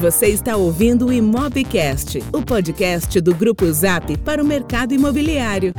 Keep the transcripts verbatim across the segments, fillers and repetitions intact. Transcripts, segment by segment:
Você está ouvindo o Imobcast, o podcast do Grupo Zap para o mercado imobiliário.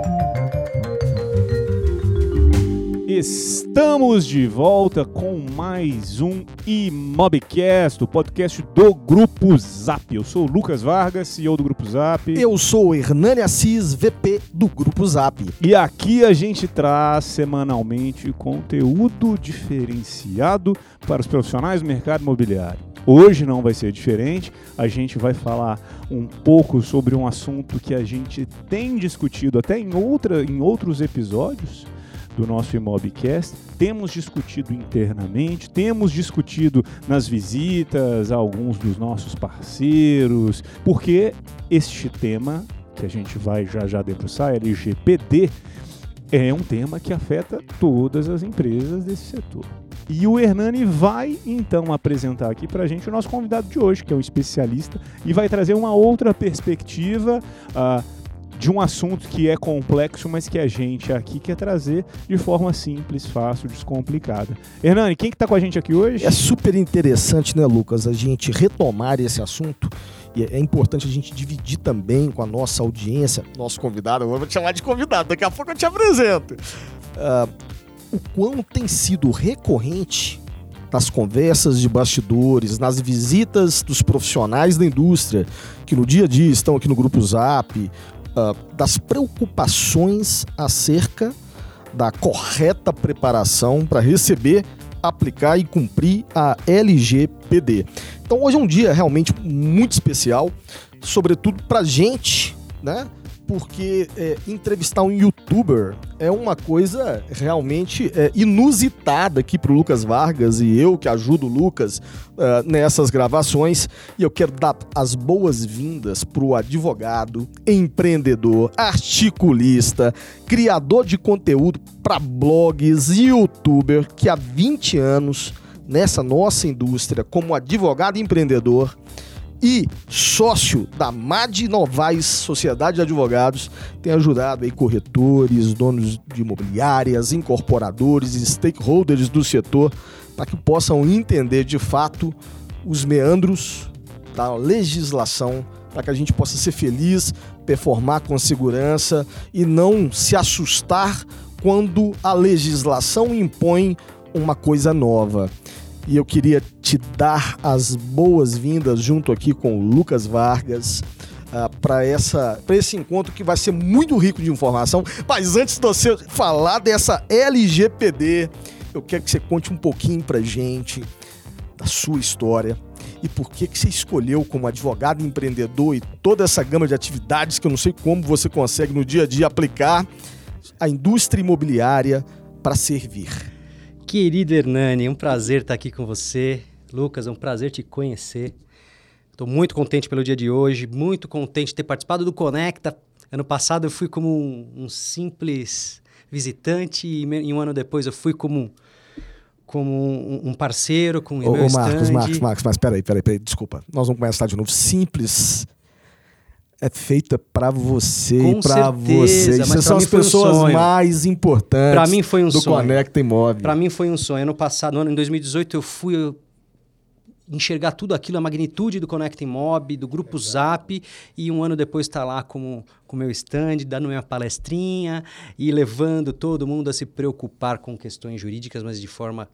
Estamos de volta com mais um Imobcast, o podcast do Grupo Zap. Eu sou o Lucas Vargas, C E O do Grupo Zap. Eu sou o Hernani Assis, V P do Grupo Zap. E aqui a gente traz semanalmente conteúdo diferenciado para os profissionais do mercado imobiliário. Hoje não vai ser diferente, a gente vai falar um pouco sobre um assunto que a gente tem discutido até em, outra, em outros episódios do nosso Imobcast, temos discutido internamente, temos discutido nas visitas a alguns dos nossos parceiros, porque este tema, que a gente vai já já debruçar, L G P D, é um tema que afeta todas as empresas desse setor. E o Hernani vai, então, apresentar aqui para a gente o nosso convidado de hoje, que é um especialista, e vai trazer uma outra perspectiva uh, de um assunto que é complexo, mas que a gente aqui quer trazer de forma simples, fácil, descomplicada. Hernani, quem que está com a gente aqui hoje? É super interessante, né, Lucas, a gente retomar esse assunto. E é importante a gente dividir também com a nossa audiência, nosso convidado, eu vou te chamar de convidado, daqui a pouco eu te apresento. Uh, o quão tem sido recorrente nas conversas de bastidores, nas visitas dos profissionais da indústria, que no dia a dia estão aqui no Grupo Zap, uh, das preocupações acerca da correta preparação para receber, aplicar e cumprir a L G P D. Então hoje é um dia realmente muito especial, sobretudo para a gente, né? Porque é, entrevistar um youtuber é uma coisa realmente é, inusitada aqui para o Lucas Vargas e eu que ajudo o Lucas uh, nessas gravações. E eu quero dar as boas-vindas para o advogado, empreendedor, articulista, criador de conteúdo para blogs e youtuber que há vinte anos nessa nossa indústria como advogado e empreendedor e sócio da M A D Novaes Sociedade de Advogados, tem ajudado aí corretores, donos de imobiliárias, incorporadores e stakeholders do setor para que possam entender de fato os meandros da legislação, para que a gente possa ser feliz, performar com segurança e não se assustar quando a legislação impõe uma coisa nova. E eu queria te dar as boas-vindas junto aqui com o Lucas Vargas uh, para essa, para esse encontro que vai ser muito rico de informação. Mas antes de você falar dessa L G P D, eu quero que você conte um pouquinho para gente da sua história e por que que você escolheu como advogado empreendedor e toda essa gama de atividades que eu não sei como você consegue no dia a dia aplicar a indústria imobiliária para servir. Querido Hernani, é um prazer estar aqui com você. Lucas, é um prazer te conhecer. Estou muito contente pelo dia de hoje, muito contente de ter participado do Conecta. Ano passado eu fui como um, um simples visitante e, e um ano depois eu fui como, como um, um parceiro com o ô, meu ô, stand. Marcos, Marcos, Marcos, mas peraí, peraí, peraí, desculpa. Nós vamos começar de novo. Simples é feita para você com e para você. Essas são as pessoas um mais importantes pra mim foi um do sonho. Conecta Imóvel. Para mim foi um sonho. Ano passado, no ano, em dois mil e dezoito, eu fui eu, enxergar tudo aquilo, a magnitude do Conecta Imob, do Grupo Zap, e um ano depois estar tá lá com o meu stand, dando minha palestrinha e levando todo mundo a se preocupar com questões jurídicas, mas de forma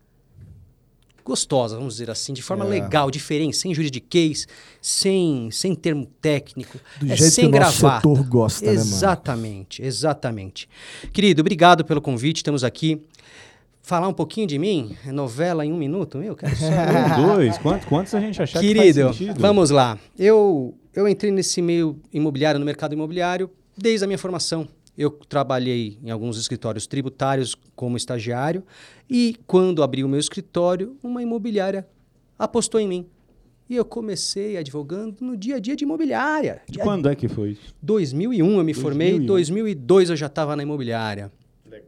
gostosa, vamos dizer assim, de forma é. legal, diferente, sem juridiquês, sem, sem termo técnico, do é, jeito sem que o gravar. nosso setor gosta, exatamente, né, mano? Exatamente. Querido, obrigado pelo convite, estamos aqui. Falar um pouquinho de mim, novela em um minuto, meu, cara. Só um, dois, quantos, quantos a gente achar Querido, que faz sentido? Vamos lá. Eu, eu entrei nesse meio imobiliário, no mercado imobiliário, desde a minha formação. Eu trabalhei em alguns escritórios tributários como estagiário e quando abri o meu escritório, uma imobiliária apostou em mim. E eu comecei advogando no dia a dia de imobiliária. De quando é que foi isso? dois mil e um eu me formei, em dois mil e dois eu já estava na imobiliária. Legal.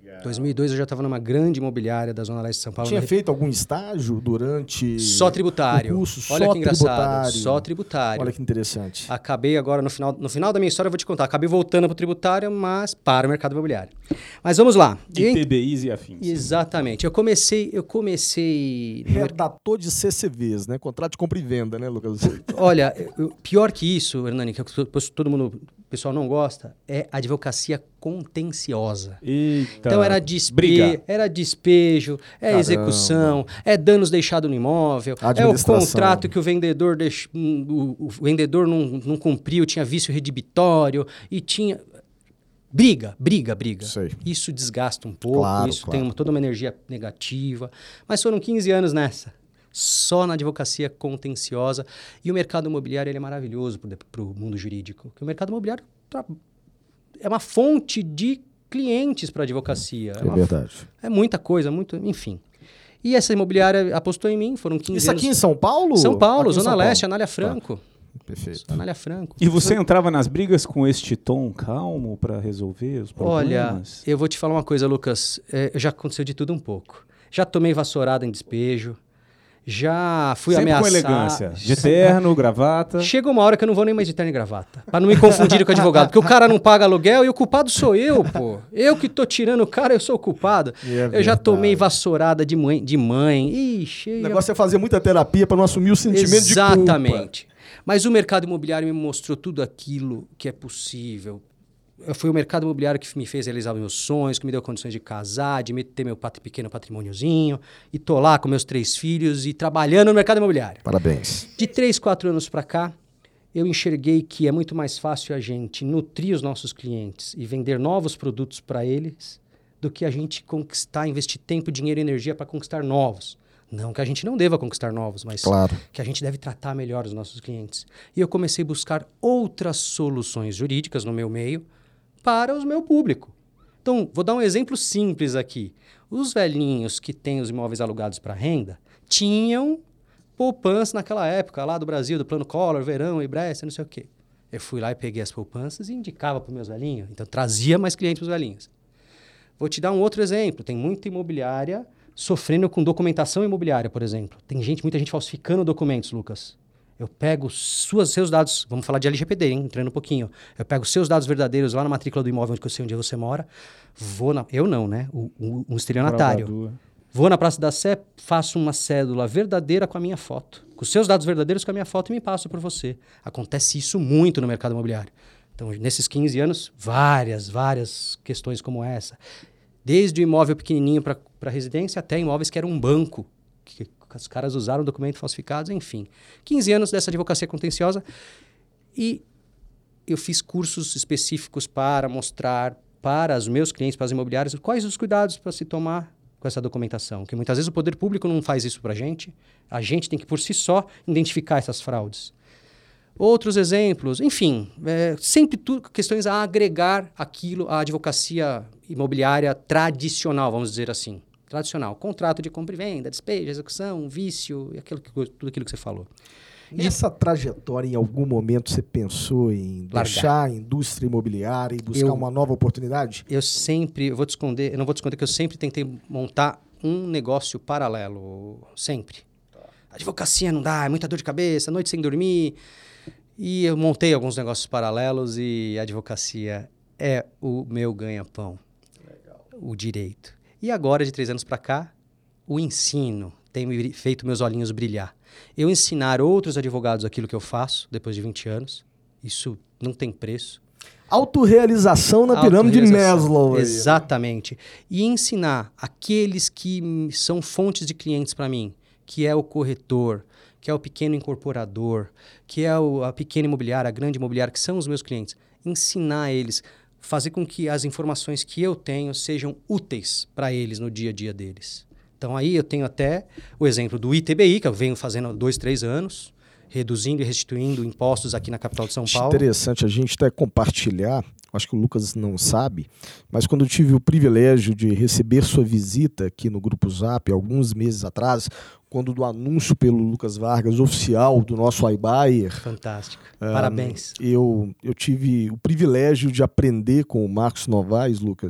Em dois mil e dois eu já estava numa grande imobiliária da Zona Leste de São Paulo. Tinha feito algum estágio durante Só tributário. o curso? Olha Só que engraçado. tributário. Só tributário. Olha que interessante. Acabei agora, no final, no final da minha história, eu vou te contar. Acabei voltando para o tributário, mas para o mercado imobiliário. Mas vamos lá. De T B Is e afins. Exatamente. Eu comecei... Eu comecei no mer- Redator de C C Vs, né? Contrato de compra e venda, né, Lucas? Olha, eu- pior que isso, Hernani, que eu- todo mundo, o pessoal não gosta, é advocacia contenciosa. Eita. Então era, despe... Briga. era despejo, é Caramba. execução, é danos deixados no imóvel, é o Administração. contrato que o vendedor deix... o, o vendedor não, não cumpriu, tinha vício redibitório e tinha... Briga, briga, briga. Sei. Isso desgasta um pouco, Claro, isso claro. tem uma- toda uma energia negativa. Mas foram quinze anos nessa. Só na advocacia contenciosa. E o mercado imobiliário ele é maravilhoso para o mundo jurídico. Porque o mercado imobiliário tra- é uma fonte de clientes para a advocacia. É uma- verdade. é muita coisa, muito, enfim. E essa imobiliária apostou em mim, foram quinze Isso anos. aqui em São Paulo? São Paulo, Aqui em Zona São Leste, Paulo. Anália Franco. Perfeito. Anália Franco. E você entrava nas brigas com este tom calmo para resolver os Olha, problemas? eu vou te falar uma coisa, Lucas. É, já aconteceu de tudo um pouco. Já tomei vassourada em despejo. Já fui Sempre ameaçado. com elegância. De terno, gravata. Chega uma hora que eu não vou nem mais de terno e gravata. Pra não me confundir com o advogado. Porque o cara não paga aluguel e o culpado sou eu, pô. Eu que tô tirando o cara, eu sou o culpado. É eu já verdade. tomei vassourada de mãe. De mãe. Ixi, O já- negócio é fazer muita terapia para não assumir o sentimento de culpa. Exatamente. Mas o mercado imobiliário me mostrou tudo aquilo que é possível. Foi o mercado imobiliário que me fez realizar meus sonhos, que me deu condições de casar, de me- ter meu pat- pequeno patrimôniozinho. E tô lá com meus três filhos e trabalhando no mercado imobiliário. Parabéns. De três, quatro anos para cá, eu enxerguei que é muito mais fácil a gente nutrir os nossos clientes e vender novos produtos para eles do que a gente conquistar, investir tempo, dinheiro e energia para conquistar novos. Não que a gente não deva conquistar novos, mas Claro. que a gente deve tratar melhor os nossos clientes. E eu comecei a buscar outras soluções jurídicas no meu meio para o meu público. Então, vou dar um exemplo simples aqui. Os velhinhos que têm os imóveis alugados para renda tinham poupança naquela época, lá do Brasil, do Plano Collor, Verão, Ibrécia, não sei o quê. Eu fui lá e peguei as poupanças e indicava para os meus velhinhos. Então, trazia mais clientes para os velhinhos. Vou te dar um outro exemplo. Tem muita imobiliária sofrendo com documentação imobiliária, por exemplo. Tem gente, muita gente falsificando documentos, Lucas. Eu pego suas, seus dados, vamos falar de L G P D, hein, entrando um pouquinho. Eu pego seus dados verdadeiros lá na matrícula do imóvel onde eu sei onde você mora, vou na... Eu não, né? O, o, um estelionatário. Provador. Vou na Praça da Sé, faço uma cédula verdadeira com a minha foto. Com os seus dados verdadeiros com a minha foto e me passo para você. Acontece isso muito no mercado imobiliário. Então, nesses quinze anos, várias, várias questões como essa. Desde o imóvel pequenininho para residência até imóveis que eram um banco, que os caras usaram documentos falsificados, enfim. quinze anos dessa advocacia contenciosa e eu fiz cursos específicos para mostrar para os meus clientes, para as imobiliárias, quais os cuidados para se tomar com essa documentação. Porque muitas vezes o poder público não faz isso para a gente, a gente tem que, por si só, identificar essas fraudes. Outros exemplos, enfim, é, sempre tudo questões a agregar aquilo à advocacia imobiliária tradicional, vamos dizer assim. Tradicional. Contrato de compra e venda, despejo, execução, vício, e aquilo que, tudo aquilo que você falou. Nessa trajetória, em algum momento, você pensou em Largar. deixar a indústria imobiliária e buscar Eu- uma nova oportunidade? Eu sempre, eu vou te esconder, eu não vou te esconder que eu sempre tentei montar um negócio paralelo, sempre. A advocacia não dá, é muita dor de cabeça, noite sem dormir. E eu montei alguns negócios paralelos e a advocacia é o meu ganha-pão. O direito. E agora, de três anos para cá, o ensino tem me feito meus olhinhos brilhar. Eu ensinar outros advogados aquilo que eu faço, depois de vinte anos, isso não tem preço. Autorrealização na pirâmide de Autorrealização. Maslow. aí. Exatamente. E ensinar aqueles que hum, são fontes de clientes para mim, que é o corretor, que é o pequeno incorporador, que é o, a pequena imobiliária, a grande imobiliária, que são os meus clientes. Ensinar eles, fazer com que as informações que eu tenho sejam úteis para eles no dia a dia deles. Então aí eu tenho até o exemplo do I T B I, que eu venho fazendo há dois, três anos, reduzindo e restituindo impostos aqui na capital de São Acho Paulo. interessante a gente até compartilhar, acho que o Lucas não sabe, mas quando eu tive o privilégio de receber sua visita aqui no Grupo Zap, alguns meses atrás, quando do anúncio pelo Lucas Vargas, oficial do nosso iBuyer, Fantástico. um, Parabéns. eu, eu tive o privilégio de aprender com o Marcos Novaes, Lucas,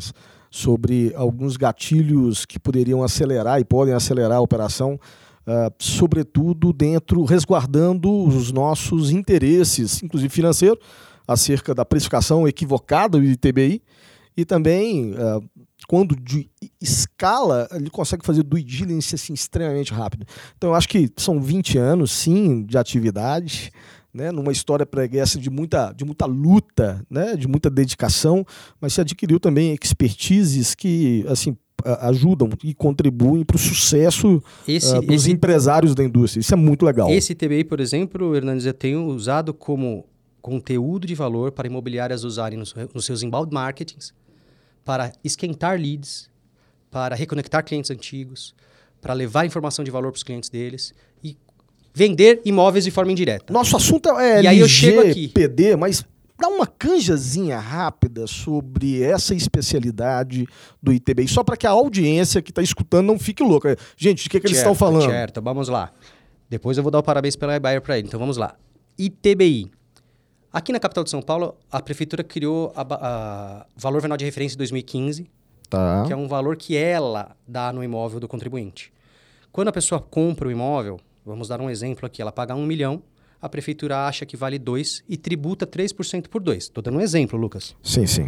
sobre alguns gatilhos que poderiam acelerar e podem acelerar a operação, uh, sobretudo dentro, resguardando os nossos interesses, inclusive financeiros, acerca da precificação equivocada do I T B I, e também, uh, quando de escala, ele consegue fazer due diligence assim, extremamente rápido. Então, eu acho que são vinte anos, sim, de atividade, né, numa história pregressa de muita, de muita luta, né, de muita dedicação, mas se adquiriu também expertises que assim, ajudam e contribuem para o sucesso esse, uh, dos esse, empresários da indústria. Isso é muito legal. Esse T B I, por exemplo, Hernandes, eu tenho usado como conteúdo de valor para imobiliárias usarem nos, nos seus inbound marketings, para esquentar leads, para reconectar clientes antigos, para levar informação de valor para os clientes deles e vender imóveis de forma indireta. Nosso assunto é e aí eu chego aqui. P D, mas dá uma canjazinha rápida sobre essa especialidade do I T B I, só para que a audiência que está escutando não fique louca. Gente, de que, que eles estão falando? Certo, vamos lá. Depois eu vou dar o parabéns pela iBuyer para ele. Então vamos lá. I T B I. Aqui na capital de São Paulo, a prefeitura criou a, a valor venal de referência em dois mil e quinze, tá. que é um valor que ela dá no imóvel do contribuinte. Quando a pessoa compra o imóvel, vamos dar um exemplo aqui, ela paga um milhão, a prefeitura acha que vale dois e tributa três por cento por dois. Estou dando um exemplo, Lucas. Sim, sim.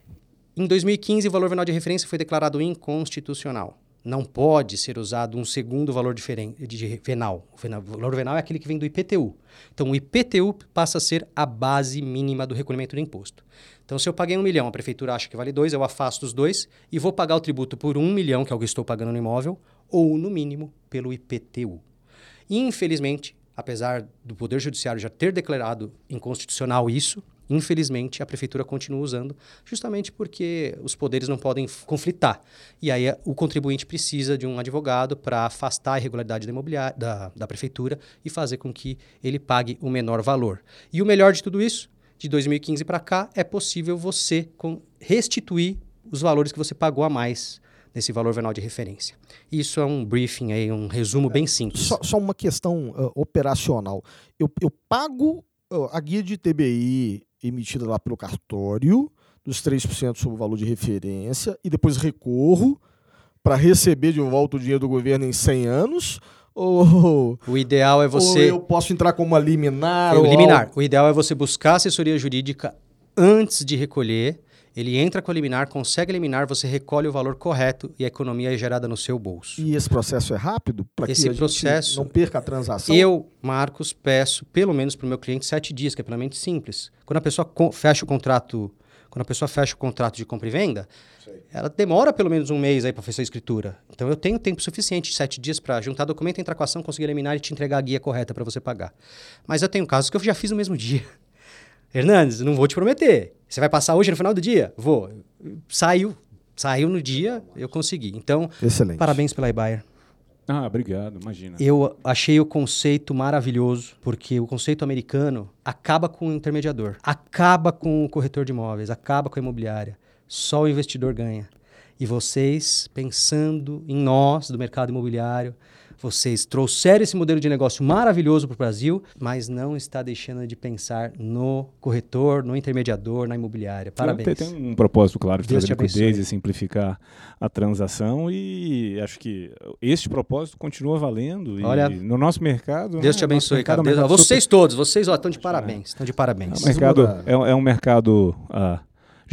Em dois mil e quinze, o valor venal de referência foi declarado inconstitucional. Não pode ser usado um segundo valor diferente de venal. O valor venal é aquele que vem do I P T U. Então, o I P T U passa a ser a base mínima do recolhimento do imposto. Então, se eu paguei um milhão, a prefeitura acha que vale dois, eu afasto os dois e vou pagar o tributo por um milhão, que é o que eu estou pagando no imóvel, ou, no mínimo, pelo I P T U. Infelizmente, apesar do Poder Judiciário já ter declarado inconstitucional isso, infelizmente, a prefeitura continua usando, justamente porque os poderes não podem conflitar. E aí o contribuinte precisa de um advogado para afastar a irregularidade da, imobiliária, da, da prefeitura e fazer com que ele pague o menor valor. E o melhor de tudo isso, de dois mil e quinze para cá, é possível você restituir os valores que você pagou a mais nesse valor venal de referência. Isso é um briefing, aí, um resumo bem simples. Só, só uma questão uh, operacional. Eu, eu pago uh, a guia de I T B I emitida lá pelo cartório, dos três por cento sobre o valor de referência, e depois recorro para receber de volta o dinheiro do governo em cem anos, ou... O ideal é você... Ou eu posso entrar como uma liminar? Ou liminar. Algo... O ideal é você buscar assessoria jurídica antes de recolher. Ele entra com a liminar, consegue eliminar, você recolhe o valor correto e a economia é gerada no seu bolso. E esse processo é rápido? Para que esse a processo, gente não perca a transação? Eu, Marcos, peço pelo menos para o meu cliente sete dias, que é plenamente simples. Quando a pessoa fecha o contrato, quando a pessoa fecha o contrato de compra e venda, sei, ela demora pelo menos um mês aí para fazer a escritura. Então eu tenho tempo suficiente, sete dias, para juntar documento, entrar com a ação, conseguir eliminar e te entregar a guia correta para você pagar. Mas eu tenho casos que eu já fiz no mesmo dia. Hernandes, não vou te prometer. Você vai passar hoje no final do dia? Vou. Saiu. Saiu no dia, eu consegui. Então, excelente. Parabéns pela iBuyer. Ah, obrigado, imagina. Eu achei o conceito maravilhoso, porque o conceito americano acaba com o intermediador, acaba com o corretor de imóveis, acaba com a imobiliária. Só o investidor ganha. E vocês, pensando em nós, do mercado imobiliário, vocês trouxeram esse modelo de negócio maravilhoso para o Brasil, mas não está deixando de pensar no corretor, no intermediador, na imobiliária. Parabéns. Tem, tem um propósito claro de Deus trazer liquidez e simplificar a transação, e acho que este propósito continua valendo. E olha, no nosso mercado... Deus te abençoe, mercado, cara. Deus, ó, vocês super... todos, vocês ó, estão de parabéns. Estão de parabéns. É um mercado, é, é um mercado ah,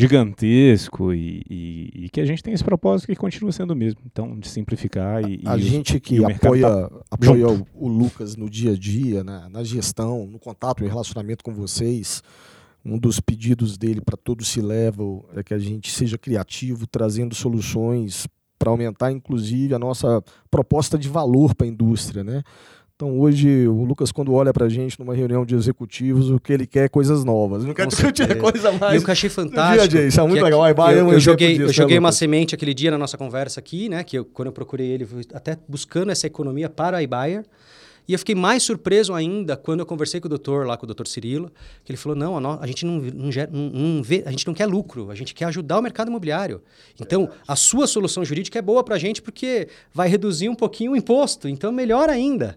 gigantesco e, e, e que a gente tem esse propósito que continua sendo o mesmo. Então, de simplificar e... A, a e gente o, que apoia, tá apoia o, o Lucas no dia a dia, na, na gestão, no contato e relacionamento com vocês, um dos pedidos dele para todos se levam é que a gente seja criativo, trazendo soluções para aumentar, inclusive, a nossa proposta de valor para a indústria, né? Então, hoje, o Lucas, quando olha pra gente numa reunião de executivos, o que ele quer é coisas novas. Não quer discutir coisa mais. E o que eu achei fantástico... Dia a dia, isso é muito legal. Eu, eu, eu, eu joguei, disso, eu joguei né, uma semente aquele dia na nossa conversa aqui, né? Que eu, quando eu procurei ele, até buscando essa economia para a iBuyer. E eu fiquei mais surpreso ainda quando eu conversei com o doutor, lá com o doutor Cirilo, que ele falou, não, a, no, a gente não, não, não, não vê, a gente não quer lucro, a gente quer ajudar o mercado imobiliário. Então, a sua solução jurídica é boa pra gente porque vai reduzir um pouquinho o imposto, então melhor ainda.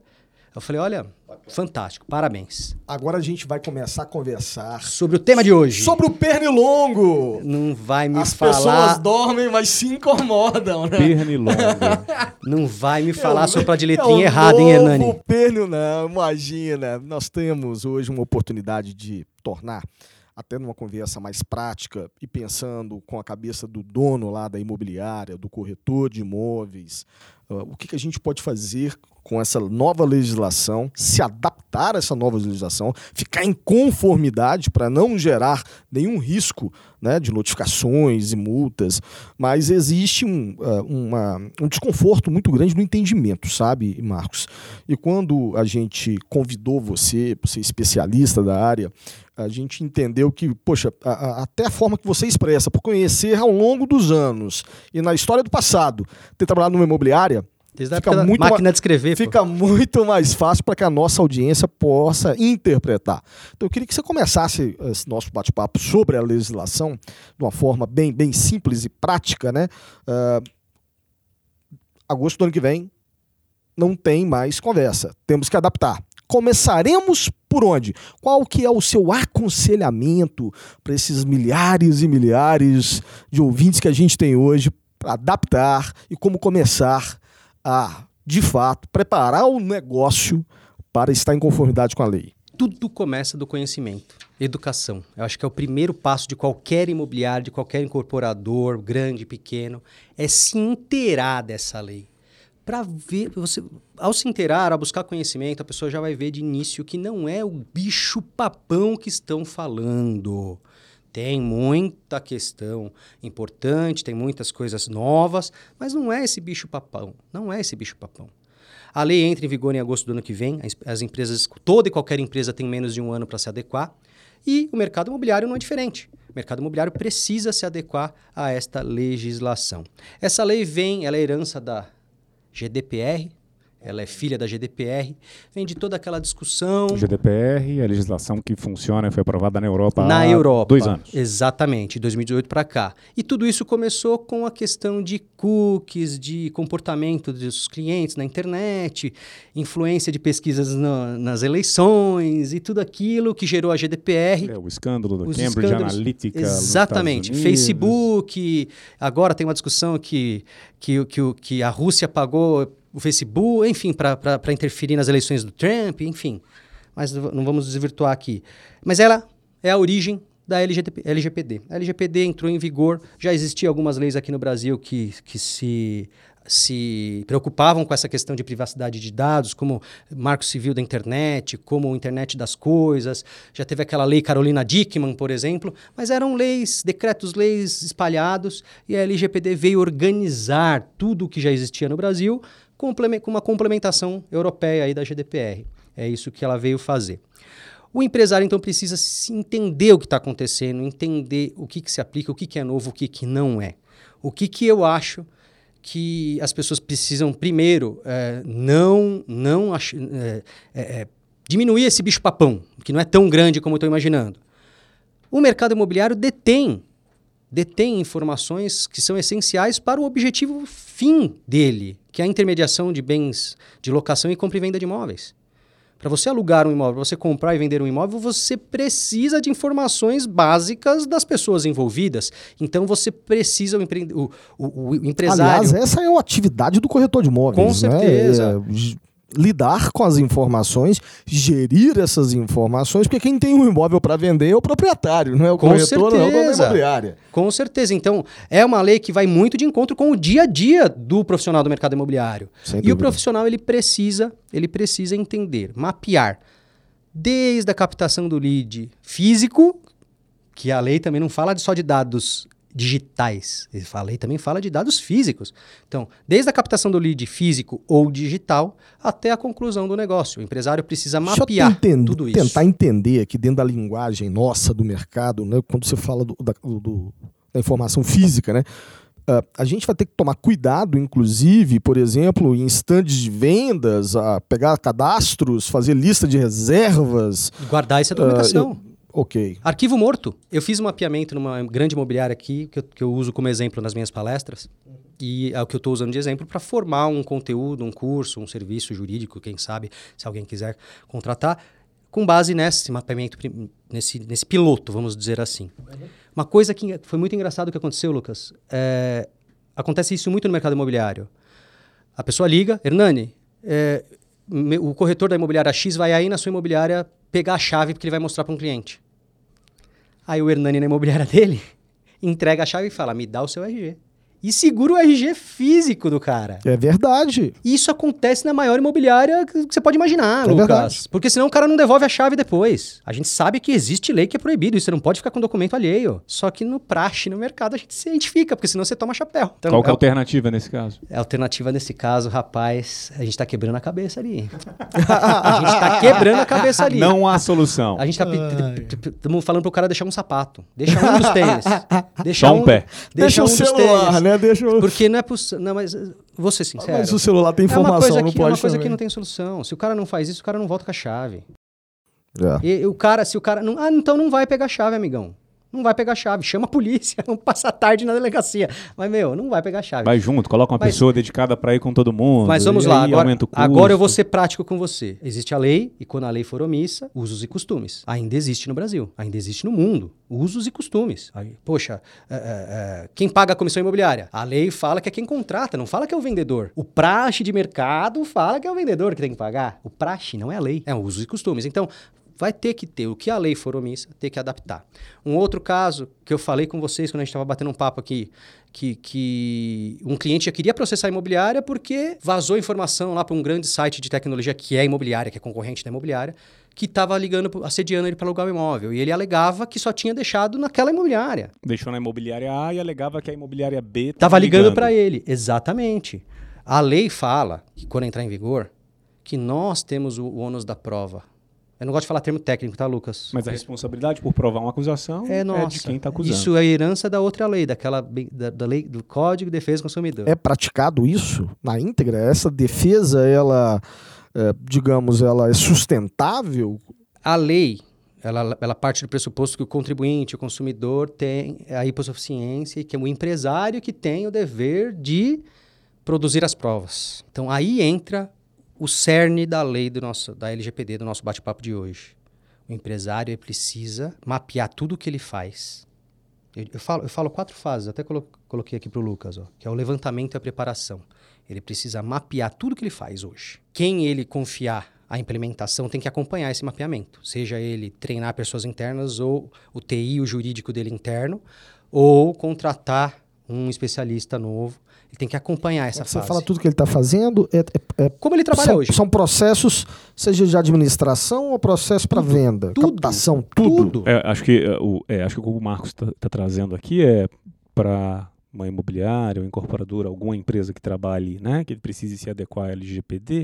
Eu falei, olha, fantástico, parabéns. Agora a gente vai começar a conversar sobre o tema de hoje. Sobre o pernilongo. Não vai me As falar... As pessoas dormem, mas se incomodam, né? Pernilongo. Não vai me falar é sobre a de letrinha é errada, hein, Hernani? Pernil, não, imagina. Nós temos hoje uma oportunidade de tornar, até numa conversa mais prática e pensando com a cabeça do dono lá da imobiliária, do corretor de imóveis, uh, o que, que a gente pode fazer com essa nova legislação, se adaptar a essa nova legislação, ficar em conformidade para não gerar nenhum risco, né, de notificações e multas, mas existe um, uh, uma, um desconforto muito grande no entendimento, sabe, Marcos? E quando a gente convidou você, você é especialista da área, a gente entendeu que, poxa, a, a, até a forma que você expressa, por conhecer ao longo dos anos e na história do passado, ter trabalhado numa imobiliária, Desde fica a muito máquina de escrever. Fica pô. muito mais fácil para que a nossa audiência possa interpretar. Então eu queria que você começasse esse nosso bate-papo sobre a legislação de uma forma bem, bem simples e prática, né? Uh, agosto do ano que vem não tem mais conversa. Temos que adaptar. Começaremos por onde? Qual que é o seu aconselhamento para esses milhares e milhares de ouvintes que a gente tem hoje para adaptar e como começar a, de fato, preparar o negócio para estar em conformidade com a lei? Tudo começa do conhecimento, educação. Eu acho que é o primeiro passo de qualquer imobiliário, de qualquer incorporador, grande, pequeno, é se inteirar dessa lei. Para ver, você, ao se inteirar, ao buscar conhecimento, a pessoa já vai ver de início que não é o bicho-papão que estão falando. Tem muita questão importante, tem muitas coisas novas, mas não é esse bicho-papão, não é esse bicho-papão. A lei entra em vigor em agosto do ano que vem, as empresas, toda e qualquer empresa tem menos de um ano para se adequar, e o mercado imobiliário não é diferente. O mercado imobiliário precisa se adequar a esta legislação. Essa lei vem, ela é herança da G D P R, ela é filha da G D P R, vem de toda aquela discussão... G D P R, a legislação que funciona e foi aprovada na Europa na há Europa, dois anos. Exatamente, de dois mil e dezoito para cá. E tudo isso começou com a questão de cookies, de comportamento dos clientes na internet, influência de pesquisas no, nas eleições e tudo aquilo que gerou a G D P R. É, o escândalo da Cambridge escândalos, Analytica. Exatamente, Facebook, agora tem uma discussão que, que, que, que a Rússia pagou... o Facebook, enfim, para interferir nas eleições do Trump, enfim. Mas não vamos desvirtuar aqui. Mas ela é a origem da L G P D. A L G P D entrou em vigor, já existiam algumas leis aqui no Brasil que, que se, se preocupavam com essa questão de privacidade de dados, como Marco Civil da Internet, como Internet das Coisas. Já teve aquela lei Carolina Dickmann, por exemplo, mas eram leis, decretos-leis espalhados, e a L G P D veio organizar tudo o que já existia no Brasil, com uma complementação europeia aí da G D P R. É isso que ela veio fazer. O empresário, então, precisa entender o que está acontecendo, entender o que, que se aplica, o que, que é novo, o que, que não é. O que, que eu acho que as pessoas precisam, primeiro, é, não, não ach, é, é, diminuir esse bicho-papão, que não é tão grande como eu estou imaginando. O mercado imobiliário detém detém informações que são essenciais para o objetivo fim dele, que é a intermediação de bens de locação e compra e venda de imóveis. Para você alugar um imóvel, para você comprar e vender um imóvel, você precisa de informações básicas das pessoas envolvidas. Então, você precisa, o, empre... o, o, o empresário... Aliás, essa é a atividade do corretor de imóveis. Com certeza. Né? É... lidar com as informações, gerir essas informações, porque quem tem um imóvel para vender é o proprietário, não é o com corretor, certeza. não é o dono da imobiliária. Com certeza. Então, é uma lei que vai muito de encontro com o dia a dia do profissional do mercado imobiliário. Sem e dúvida. O profissional ele precisa, ele precisa entender, mapear, desde a captação do lead físico, que a lei também não fala só de dados digitais, a lei também fala de dados físicos. Então, desde a captação do lead físico ou digital até a conclusão do negócio. O empresário precisa mapear entender, tudo isso. Tentar entender aqui dentro da linguagem nossa do mercado, né, quando você fala do, da, do, da informação física, né, uh, a gente vai ter que tomar cuidado, inclusive, por exemplo, em estandes de vendas, a pegar cadastros, fazer lista de reservas. Guardar essa documentação. Uh, eu, Ok. Arquivo morto. Eu fiz um mapeamento numa grande imobiliária aqui, que eu, que eu uso como exemplo nas minhas palestras, e é o que eu estou usando de exemplo para formar um conteúdo, um curso, um serviço jurídico, quem sabe, se alguém quiser contratar, com base nesse mapeamento, nesse, nesse piloto, vamos dizer assim. Uhum. Uma coisa que foi muito engraçado que aconteceu, Lucas, é, acontece isso muito no mercado imobiliário. A pessoa liga, Hernani, é, o corretor da imobiliária X vai aí na sua imobiliária pegar a chave porque ele vai mostrar para um cliente. Aí o Hernani na imobiliária dele entrega a chave e fala, me dá o seu R G. E segura o R G físico do cara. É verdade. Isso acontece na maior imobiliária que você pode imaginar, é Lucas. Verdade. Porque senão o cara não devolve a chave depois. A gente sabe que existe lei que é proibido. E você não pode ficar com documento alheio. Só que no praxe, no mercado, a gente se identifica. Porque senão você toma chapéu. Então, Qual que é a é alternativa nesse caso? A alternativa nesse caso, rapaz, a gente tá quebrando a cabeça ali. A gente tá quebrando a cabeça ali. Não há solução. A gente tá estamos falando pro cara deixar um sapato. Deixa um dos tênis. Deixa Só um, um pé. Deixa, deixa um o dos celular, tênis. né? Deixa o... Porque não é possível. Não, mas vou ser sincero. Mas o celular tem informação, é uma coisa não que, pode É uma coisa também. que não tem solução. Se o cara não faz isso, o cara não volta com a chave. É. E, e o cara, se o cara não, ah, então não vai pegar a chave, amigão. Não vai pegar a chave, chama a polícia, vamos passar tarde na delegacia. Mas, meu, não vai pegar a chave. Vai junto, coloca uma Mas, pessoa dedicada para ir com todo mundo. Mas vamos lá, agora, aumenta o custo. agora eu vou ser prático com você. Existe a lei, e quando a lei for omissa, usos e costumes. Ainda existe no Brasil, ainda existe no mundo, usos e costumes. Aí, poxa, é, é, quem paga a comissão imobiliária? A lei fala que é quem contrata, não fala que é o vendedor. O praxe de mercado fala que é o vendedor que tem que pagar. O praxe não é a lei, é usos e costumes. Então, vai ter que ter, o que a lei for omissa, ter que adaptar. Um outro caso que eu falei com vocês quando a gente estava batendo um papo aqui, que, que um cliente já queria processar a imobiliária porque vazou informação lá para um grande site de tecnologia que é imobiliária, que é concorrente da imobiliária, que estava ligando, assediando ele para alugar o imóvel. E ele alegava que só tinha deixado naquela imobiliária. Deixou na imobiliária A e alegava que a imobiliária B estava ligando, ligando para ele. Exatamente. A lei fala, que quando entrar em vigor, que nós temos o, o ônus da prova. Eu não gosto de falar termo técnico, tá, Lucas? Mas a responsabilidade por provar uma acusação é, nossa, é de quem está acusando. Isso é herança da outra lei, daquela da, da lei do Código de Defesa do Consumidor. É praticado isso na íntegra? Essa defesa, ela, é, digamos, ela é sustentável? A lei, ela, ela parte do pressuposto que o contribuinte, o consumidor, tem a hipossuficiência e que é o empresário que tem o dever de produzir as provas. Então, aí entra o cerne da lei do nosso, da L G P D, do nosso bate-papo de hoje. O empresário precisa mapear tudo o que ele faz. Eu, eu, falo, eu falo quatro fases, até colo, coloquei aqui para o Lucas, ó, que é o levantamento e a preparação. Ele precisa mapear tudo o que ele faz hoje. Quem ele confiar a implementação tem que acompanhar esse mapeamento. Seja ele treinar pessoas internas ou o T I, o jurídico dele interno, ou contratar um especialista novo. Ele tem que acompanhar essa Você fase. fala tudo que ele está fazendo. É, é, é, Como ele trabalha são, hoje. São processos, seja de administração ou processo para venda, tudo, captação, tudo. tudo. É, acho, que, o, é, acho que o que o Marcos está tá trazendo aqui é para uma imobiliária ou incorporadora, alguma empresa que trabalhe, né, que precise se adequar à L G P D.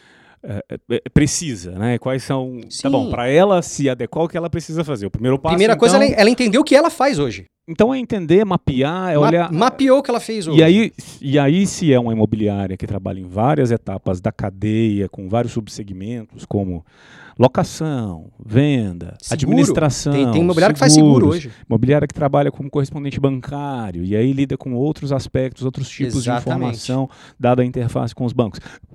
É, é, precisa, né? Quais são... Sim. Tá bom, para ela se adequar, o que ela precisa fazer? O primeiro passo, Primeira então, coisa, ela, ela entendeu o que ela faz hoje. Então é entender, mapear, é Ma- olhar... Mapeou o que ela fez hoje. E aí, e aí, se é uma imobiliária que trabalha em várias etapas da cadeia, com vários subsegmentos, como locação, venda, Seguro. administração, Tem, tem imobiliária que faz seguro seguros, hoje. imobiliária que trabalha como correspondente bancário, e aí lida com outros aspectos, outros tipos Exatamente. de informação, dada a interface com os bancos.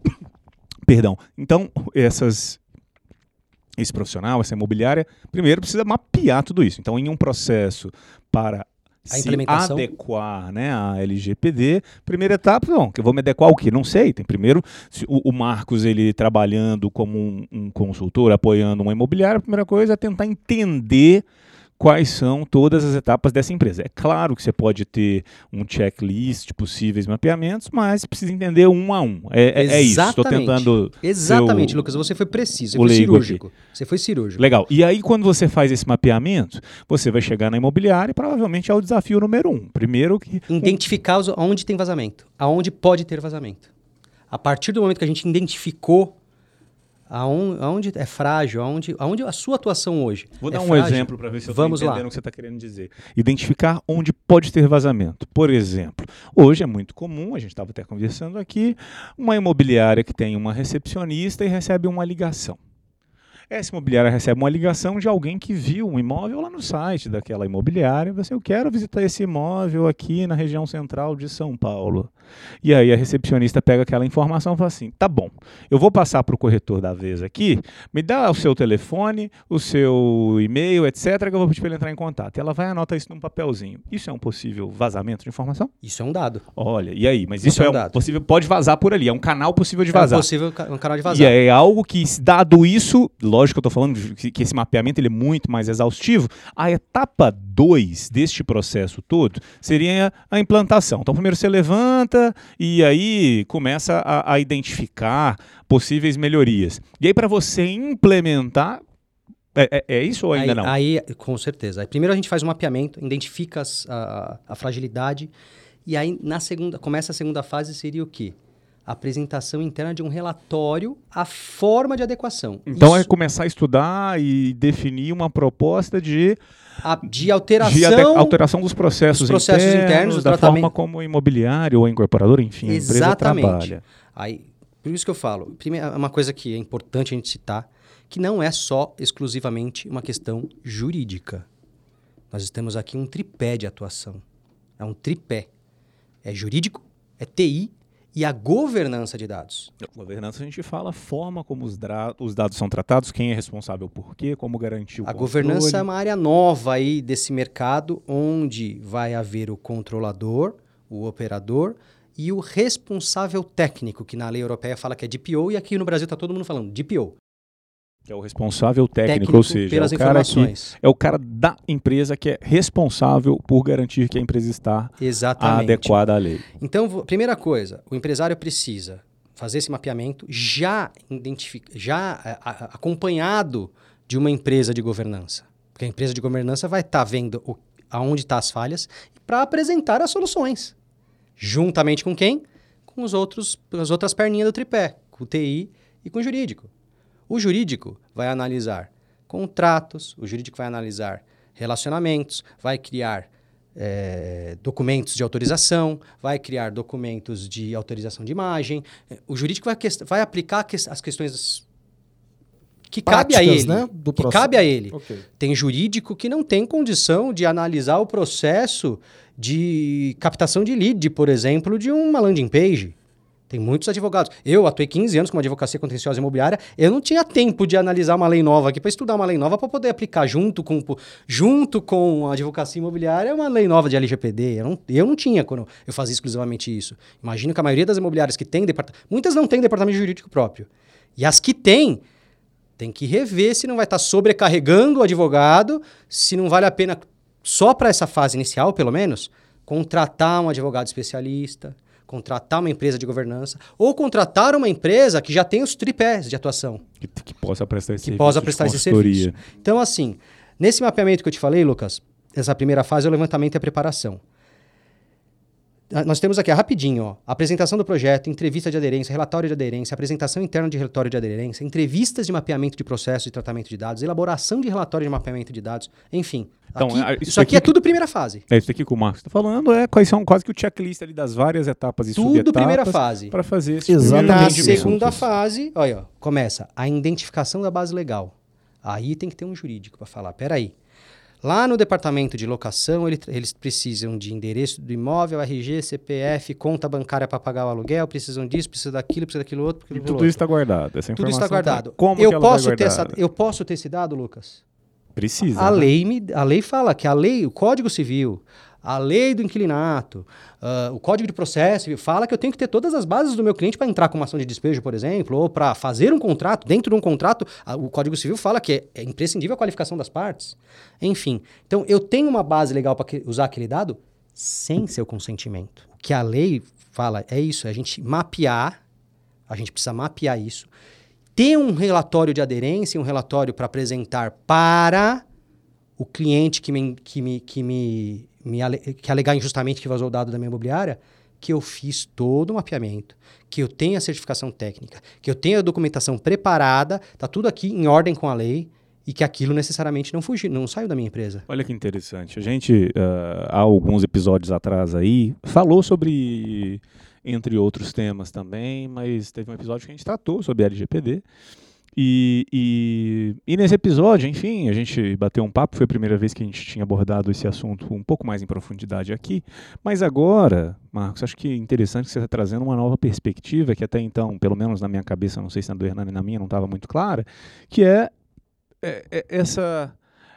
Perdão. Então, essas, esse profissional, essa imobiliária, primeiro precisa mapear tudo isso. Então, em um processo para A se implementação. adequar, né, à L G P D, primeira etapa, não, que eu vou me adequar ao quê? Não sei. Tem primeiro, se o, o Marcos, ele trabalhando como um, um consultor, apoiando uma imobiliária, a primeira coisa é tentar entender quais são todas as etapas dessa empresa. É claro que você pode ter um checklist de possíveis mapeamentos, mas precisa entender um a um. É, é, é isso. Estou tentando... Exatamente, ser o, Lucas. Você foi preciso, você o foi leigo cirúrgico. aqui. Você foi cirúrgico. Legal. E aí, quando você faz esse mapeamento, você vai chegar na imobiliária e provavelmente é o desafio número um. Primeiro que... Identificar os, onde tem vazamento, aonde pode ter vazamento. A partir do momento que a gente identificou aonde, aonde é frágil, aonde, aonde a sua atuação hoje Vou é dar um frágil, exemplo para ver se eu vamos estou lá. entendendo o que você está querendo dizer. Identificar onde pode ter vazamento. Por exemplo, hoje é muito comum, a gente estava até conversando aqui, uma imobiliária que tem uma recepcionista e recebe uma ligação. Essa imobiliária recebe uma ligação de alguém que viu um imóvel lá no site daquela imobiliária. Você, eu quero visitar esse imóvel aqui na região central de São Paulo. E aí a recepcionista pega aquela informação e fala assim, tá bom, eu vou passar para o corretor da vez aqui, me dá o seu telefone, o seu e-mail, etcétera, que eu vou pedir para ele entrar em contato. E ela vai e anota isso num papelzinho. Isso é um possível vazamento de informação? Isso é um dado. Olha, e aí? Mas Isso isso é é um um dado. possível, pode vazar por ali, é um canal possível de É vazar. um possível ca- um canal de E vazar. é algo que, dado isso, lógico que eu estou falando que que esse mapeamento ele é muito mais exaustivo, a etapa dois deste processo todo seria a implantação. Então, primeiro você levanta e aí começa a, a identificar possíveis melhorias. E aí, para você implementar, é, é, é isso ou ainda aí, não? Aí, com certeza. Aí, primeiro a gente faz um mapeamento, identifica as- a, a fragilidade, e aí na segunda, começa a segunda fase, seria o quê? A apresentação interna de um relatório, a forma de adequação. Então, é Isso, começar a estudar e definir uma proposta de, a, de alteração... de ade- alteração dos processos, dos processos internos, internos, do da tratamento. forma como o imobiliário ou a incorporadora, enfim, a empresa Exatamente. trabalha. Aí, por isso que eu falo, primeiro, uma coisa que é importante a gente citar, que não é só exclusivamente uma questão jurídica. Nós temos aqui um tripé de atuação. É um tripé. É jurídico, é T I e a governança de dados. Governança, a gente fala a forma como os, dra- os dados são tratados, quem é responsável por quê, como garantir o A controle. governança é uma área nova aí desse mercado, onde vai haver o controlador, o operador e o responsável técnico, que na lei europeia fala que é D P O, e aqui no Brasil está todo mundo falando D P O. Que é o responsável técnico, Técnico ou seja, pelas é o, cara que, informações. é o cara da empresa que é responsável por garantir que a empresa está Exatamente. adequada à lei. Então, vo- primeira coisa, o empresário precisa fazer esse mapeamento já, identific... já a- a- acompanhado de uma empresa de governança. Porque a empresa de governança vai estar vendo o... aonde estão as falhas para apresentar as soluções. Juntamente com quem? Com os outros, as outras perninhas do tripé, com o T I e com o jurídico. O jurídico vai analisar contratos, o jurídico vai analisar relacionamentos, vai criar eh, documentos de autorização, vai criar documentos de autorização de imagem. Eh, O jurídico vai, ques- vai aplicar que- as questões que cabe a Práticas, ele. né, do que processo. cabe a ele. Ok. Tem jurídico que não tem condição de analisar o processo de captação de lead, por exemplo, de uma landing page. Tem muitos advogados. Eu atuei quinze anos com uma advocacia contenciosa imobiliária, eu não tinha tempo de analisar uma lei nova aqui, para estudar uma lei nova, para poder aplicar junto com, junto com a advocacia imobiliária uma lei nova de L G P D. Eu não, eu não tinha quando eu fazia exclusivamente isso. Imagino que a maioria das imobiliárias que tem departamento... Muitas não têm departamento jurídico próprio. E as que têm, tem que rever se não vai estar sobrecarregando o advogado, se não vale a pena, só para essa fase inicial, pelo menos, contratar um advogado especialista, contratar uma empresa de governança, ou contratar uma empresa que já tem os tripés de atuação, Que, que possa prestar esse que serviço possa de prestar esse consultoria. serviço. Então, assim, nesse mapeamento que eu te falei, Lucas, essa primeira fase é o levantamento e a preparação. Ah, Nós temos aqui, ó, rapidinho, ó, apresentação do projeto, entrevista de aderência, relatório de aderência, apresentação interna de relatório de aderência, entrevistas de mapeamento de processo e tratamento de dados, elaboração de relatório de mapeamento de dados, enfim. Então, Aqui- é, isso isso aqui aqui é tudo primeira fase. É isso aqui que o Marcos está falando, é quais são quase que o checklist ali das várias etapas e Tudo subetapas primeira fase. para fazer esse Exatamente. primeiro Na entendimento. segunda fase, olha, ó, começa a identificação da base legal. Aí tem que ter um jurídico para falar, peraí. Lá no departamento de locação, ele- eles precisam de endereço do imóvel, R G, C P F, conta bancária para pagar o aluguel, precisam disso, precisam daquilo, precisam daquilo outro. E aquilo tudo outro. isso está guardado. Essa Tudo informação está guardado. Tá... Como eu, que ela posso vai ter essa, guardada? eu posso ter esse dado, Lucas? Precisa. A né? lei, me, a lei fala que a lei, o Código Civil, a lei do inquilinato, ah, o Código de Processo Civil, fala que eu tenho que ter todas as bases do meu cliente para entrar com uma ação de despejo, por exemplo, ou para fazer um contrato. Dentro de um contrato, a- o Código Civil fala que é, é imprescindível a qualificação das partes. Enfim, então eu tenho uma base legal para usar aquele dado sem seu consentimento. O que a lei fala é isso, é a gente mapear, a gente precisa mapear isso, ter um relatório de aderência, um relatório para apresentar para o cliente que me, que me, que me, me ale, que alegar injustamente que vazou o dado da minha imobiliária, que eu fiz todo o mapeamento, que eu tenho a certificação técnica, que eu tenho a documentação preparada, tá tudo aqui em ordem com a lei e que aquilo necessariamente não fugiu, não saiu da minha empresa. Olha que interessante. A gente, uh, há alguns episódios atrás aí, falou sobre, entre outros temas também, mas teve um episódio que a gente tratou sobre L G P D. E, e, e nesse episódio, enfim, a gente bateu um papo, foi a primeira vez que a gente tinha abordado esse assunto um pouco mais em profundidade aqui, mas agora, Marcos, acho que é interessante que você está trazendo uma nova perspectiva, que até então, pelo menos na minha cabeça, não sei se na do Hernani e na minha não estava muito clara, que é, é, é essa,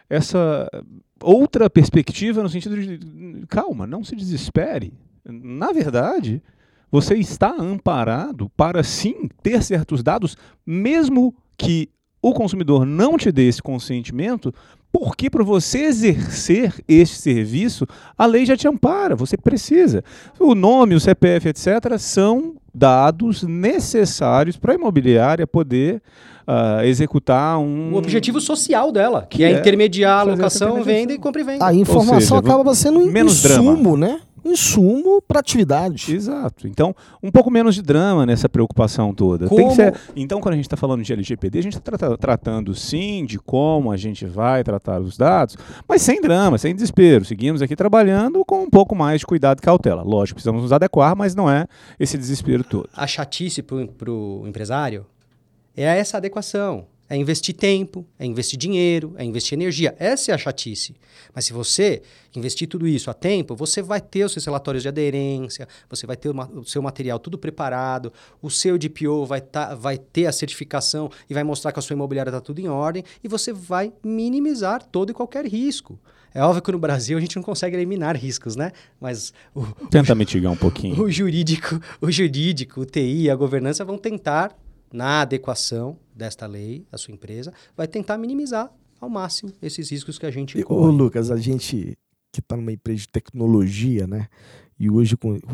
essa outra perspectiva no sentido de, calma, não se desespere. Na verdade, você está amparado para sim ter certos dados, mesmo que o consumidor não te dê esse consentimento, porque para você exercer esse serviço, a lei já te ampara, você precisa. O nome, o C P F, etcétera, são dados necessários para a imobiliária poder uh, executar um... O objetivo social dela, que, que é, é intermediar a fazer locação, essa venda e compra e venda. A informação seja, acaba sendo um menos insumo, drama. né? Insumo para atividade. Exato. Então, um pouco menos de drama nessa preocupação toda. Como... Tem que ser... Então, quando a gente está falando de L G P D, a gente está tra- tratando, sim, de como a gente vai tratar os dados, mas sem drama, sem desespero. Seguimos aqui trabalhando com um pouco mais de cuidado e cautela. Lógico, precisamos nos adequar, mas não é esse desespero todo. A chatice para o empresário é essa adequação. É investir tempo, é investir dinheiro, é investir energia. Essa é a chatice. Mas se você investir tudo isso a tempo, você vai ter os seus relatórios de aderência, você vai ter o seu material tudo preparado, o seu D P O vai, tá, vai ter a certificação e vai mostrar que a sua imobiliária está tudo em ordem e você vai minimizar todo e qualquer risco. É óbvio que no Brasil a gente não consegue eliminar riscos, né? Mas o, Tenta o, mitigar um pouquinho. O jurídico, o jurídico, o T I e a governança vão tentar, na adequação desta lei, a sua empresa, vai tentar minimizar ao máximo esses riscos que a gente corre. Ô, Lucas, a gente que está numa empresa de tecnologia, né? E hoje,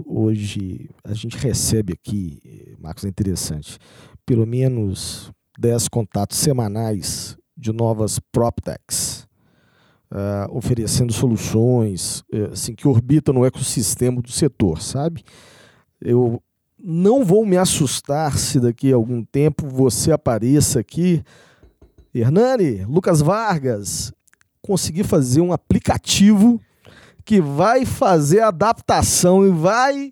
hoje a gente recebe aqui, Marcos, é interessante, pelo menos dez contatos semanais de novas PropTechs, uh, oferecendo soluções uh, assim, que orbitam no ecossistema do setor, sabe? Eu não vou me assustar se daqui a algum tempo você apareça aqui, Hernani, Lucas Vargas, conseguir fazer um aplicativo que vai fazer a adaptação e vai,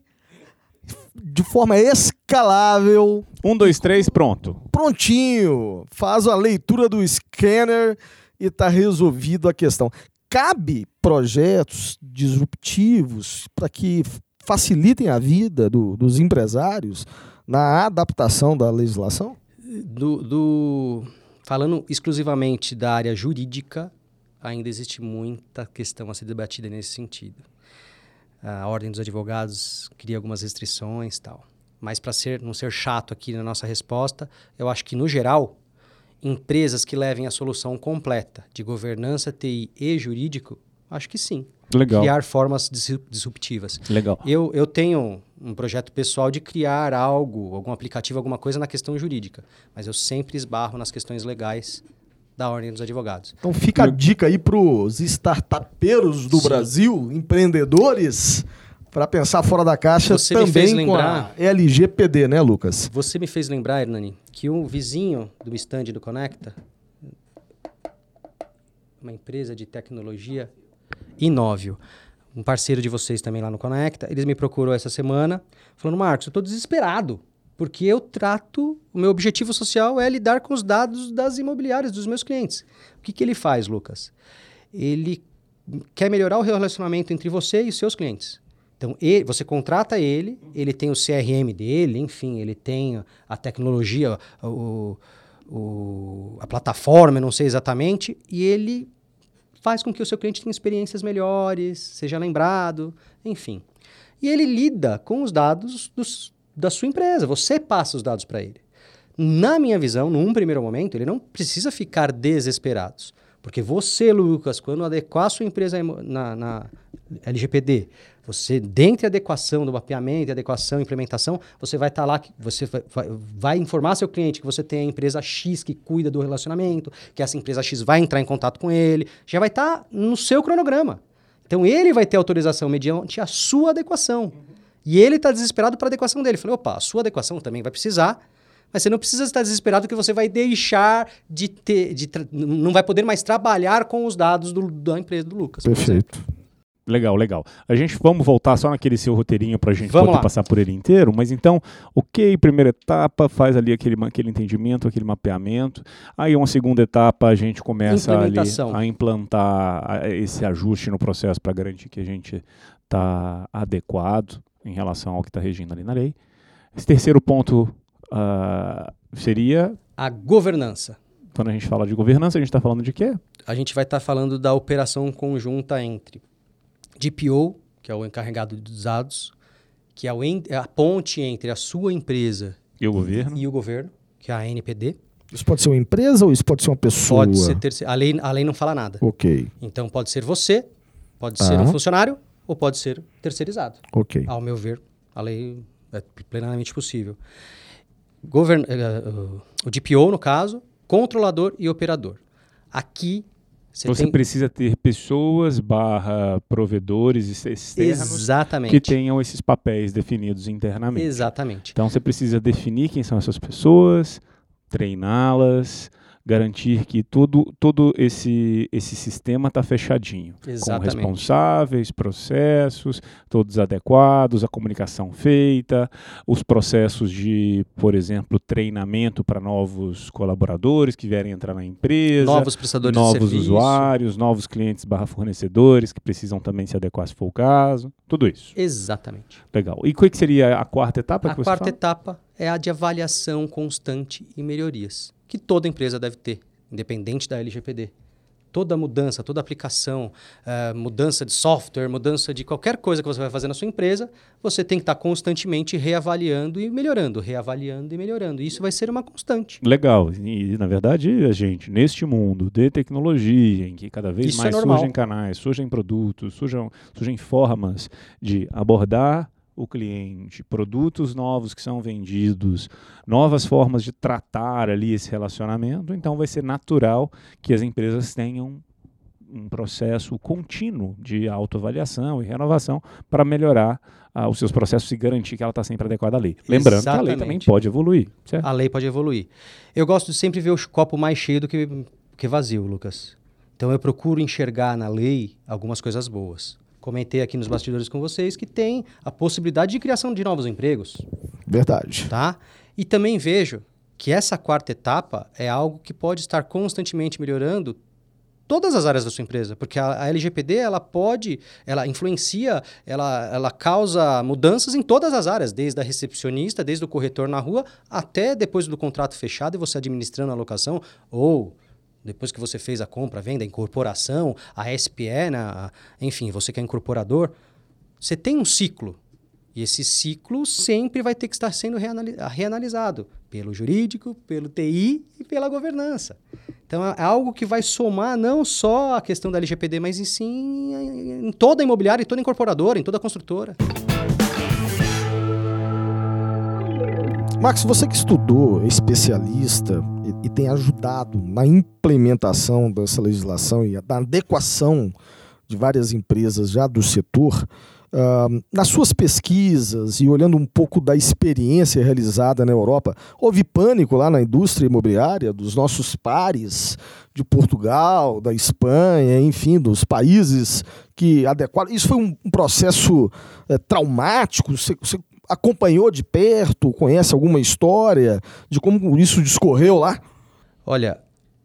de forma escalável... Um, dois, três, pronto. Prontinho. Faz a leitura do scanner e está resolvido a questão. Cabe projetos disruptivos para que facilitem a vida do, dos empresários na adaptação da legislação? Do, do, falando exclusivamente da área jurídica, ainda existe muita questão a ser debatida nesse sentido. A Ordem dos Advogados cria algumas restrições e tal. Mas para ser, não ser chato aqui na nossa resposta, eu acho que, no geral, empresas que levem a solução completa de governança, T I e jurídico, acho que sim. Legal. Criar formas disruptivas. Legal. Eu, eu tenho um projeto pessoal de criar algo, algum aplicativo, alguma coisa na questão jurídica, mas eu sempre esbarro nas questões legais da Ordem dos Advogados. Então fica a dica aí para os startupeiros do Sim. Brasil, empreendedores, para pensar fora da caixa. Você também lembrar, com a L G P D, né, Lucas? Você me fez lembrar, Hernani, que um vizinho do stand do Conecta, uma empresa de tecnologia, Inovio, um parceiro de vocês também lá no Conecta, eles me procurou essa semana, falando, Marcos, eu estou desesperado, porque eu trato, o meu objetivo social é lidar com os dados das imobiliárias dos meus clientes. O que, que ele faz, Lucas? Ele quer melhorar o relacionamento entre você e os seus clientes. Então, ele, você contrata ele, ele tem o C R M dele, enfim, ele tem a tecnologia, o, o, a plataforma, eu não sei exatamente, e ele faz com que o seu cliente tenha experiências melhores, seja lembrado, enfim. E ele lida com os dados dos, da sua empresa, você passa os dados para ele. Na minha visão, num primeiro momento, ele não precisa ficar desesperado, porque você, Lucas, quando adequar a sua empresa na, na L G P D, você, dentre a adequação do mapeamento, adequação e implementação, você vai estar tá lá, você vai, vai, vai informar seu cliente que você tem a empresa X que cuida do relacionamento, que essa empresa X vai entrar em contato com ele, já vai estar tá no seu cronograma. Então, ele vai ter autorização mediante a sua adequação. Uhum. E ele está desesperado para a adequação dele. Eu falei, opa, a sua adequação também vai precisar, mas você não precisa estar desesperado que você vai deixar de ter, de tra- não vai poder mais trabalhar com os dados do, da empresa do Lucas. Perfeito. Legal, legal. A gente vamos voltar só naquele seu roteirinho para a gente Vamos poder lá. passar por ele inteiro, mas então, ok, primeira etapa, faz ali aquele, ma- aquele entendimento, aquele mapeamento. Aí uma segunda etapa a gente começa ali Implementação. a implantar a- esse ajuste no processo para garantir que a gente está adequado em relação ao que está regindo ali na lei. Esse terceiro ponto ah, seria, A governança. quando a gente fala de governança, a gente está falando de quê? A gente vai estar falando da operação conjunta entre D P O, que é o encarregado dos dados, que é, o en- é a ponte entre a sua empresa E o governo? e o governo, que é a A N P D. Isso pode ser uma empresa ou isso pode ser uma pessoa? Pode ser terceiro. A lei, a lei não fala nada. Ok, Então pode ser você, pode ser Ah. um funcionário ou pode ser terceirizado. ok. Ao meu ver, a lei é plenamente possível. Govern... eh, uh, o D P O, no caso, controlador e operador. Aqui você, Você tem... precisa ter pessoas barra provedores ex- externos Exatamente. que tenham esses papéis definidos internamente. Exatamente. Então você precisa definir quem são essas pessoas, treiná-las, garantir que todo, todo esse, esse sistema está fechadinho. Exatamente. Com responsáveis, processos, todos adequados, a comunicação feita, os processos de, por exemplo, treinamento para novos colaboradores que vierem entrar na empresa. Novos prestadores de Novos serviço. usuários, novos clientes barra fornecedores que precisam também se adequar se for o caso. Tudo isso. Exatamente. Legal. E qual que seria a quarta etapa A que você quarta fala? etapa é a de avaliação constante e melhorias, que toda empresa deve ter, independente da L G P D. Toda mudança, toda aplicação, eh, mudança de software, mudança de qualquer coisa que você vai fazer na sua empresa, você tem que estar constantemente reavaliando e melhorando, reavaliando e melhorando. Isso vai ser uma constante. Legal. E, na verdade, a gente, neste mundo de tecnologia, em que cada vez Isso é mais normal. surgem canais, surgem produtos, surgem, surgem formas de abordar o cliente, produtos novos que são vendidos, novas formas de tratar ali esse relacionamento, então vai ser natural que as empresas tenham um processo contínuo de autoavaliação e renovação para melhorar ah, os seus processos e garantir que ela está sempre adequada à lei. Lembrando que a lei Exatamente. também pode evoluir, certo? A lei pode evoluir. Eu gosto de sempre ver o copo mais cheio do que, que vazio, Lucas. Então eu procuro enxergar na lei algumas coisas boas. Comentei aqui nos bastidores com vocês que tem a possibilidade de criação de novos empregos, Verdade. tá? E também vejo que essa quarta etapa é algo que pode estar constantemente melhorando todas as áreas da sua empresa, porque a, a L G P D ela pode, ela influencia, ela, ela causa mudanças em todas as áreas, desde a recepcionista, desde o corretor na rua, até depois do contrato fechado e você administrando a locação, ou depois que você fez a compra, a venda, a incorporação, a S P E, a, enfim, você que é incorporador, você tem um ciclo. E esse ciclo sempre vai ter que estar sendo reanali- reanalisado pelo jurídico, pelo T I e pela governança. Então, é algo que vai somar não só a questão da L G P D, mas em sim em toda a imobiliária, em toda a incorporadora, em toda a construtora. Max, você que estudou, é especialista e, e tem ajudado na implementação dessa legislação e na adequação de várias empresas já do setor, uh, nas suas pesquisas e olhando um pouco da experiência realizada na Europa, houve pânico lá na indústria imobiliária dos nossos pares de Portugal, da Espanha, enfim, dos países que adequaram. Isso foi um, um processo é, traumático? Você, você acompanhou de perto, conhece alguma história de como isso discorreu lá? Olha,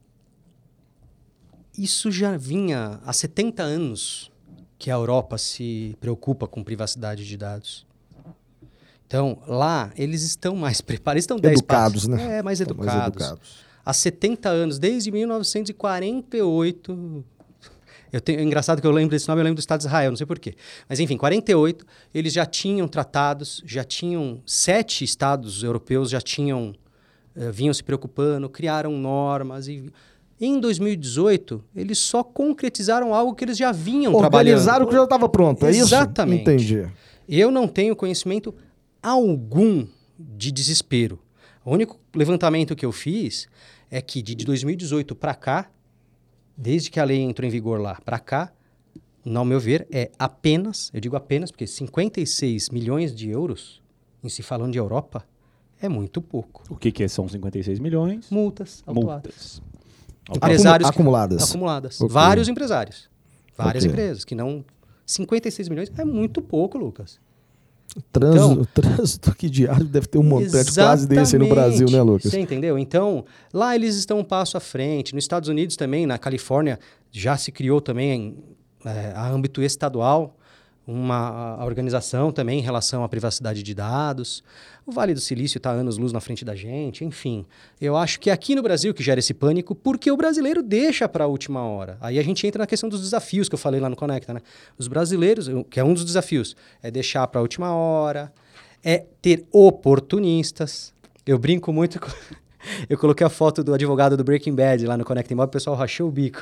isso já vinha há setenta anos que a Europa se preocupa com privacidade de dados. Então, lá, eles estão mais preparados, estão dez Educados, passos. né? É, mais Estão mais educados. educados. Há setenta anos, desde mil novecentos e quarenta e oito... Eu tenho, é engraçado que eu lembro desse nome, eu lembro do Estado de Israel, não sei porquê. Mas, enfim, em quarenta e oito, eles já tinham tratados, já tinham... Sete estados europeus já tinham... Uh, vinham se preocupando, criaram normas e... Em dois mil e dezoito, eles só concretizaram algo que eles já vinham trabalhando. Organizaram o que já estava pronto, é isso? Exatamente. Entendi. Eu não tenho conhecimento algum de desespero. O único levantamento que eu fiz é que de dois mil e dezoito para cá, desde que a lei entrou em vigor lá para cá, no meu ver, é apenas, eu digo apenas, porque cinquenta e seis milhões de euros, em se falando de Europa, é muito pouco. O que, que é? São cinquenta e seis milhões? Multas autuadas. Multas. Empresários que- Acumuladas. acumuladas. Ok. Vários empresários. Várias Ok. empresas que não cinquenta e seis milhões é muito pouco, Lucas. Trânsito, Então, trânsito aqui diário deve ter um montante exatamente, quase desse aí no Brasil, né, Lucas? Você entendeu? Então, lá eles estão um passo à frente. Nos Estados Unidos também, na Califórnia, já se criou também, é, a âmbito estadual, uma a organização também em relação à privacidade de dados. O Vale do Silício está anos-luz na frente da gente, enfim. Eu acho que é aqui no Brasil que gera esse pânico, porque o brasileiro deixa para a última hora. Aí a gente entra na questão dos desafios que eu falei lá no Conecta, né? Os brasileiros, que é um dos desafios, é deixar para a última hora, é ter oportunistas. Eu brinco muito com... Eu coloquei a foto do advogado do Breaking Bad lá no Conecta Imóvel, o pessoal rachou o bico.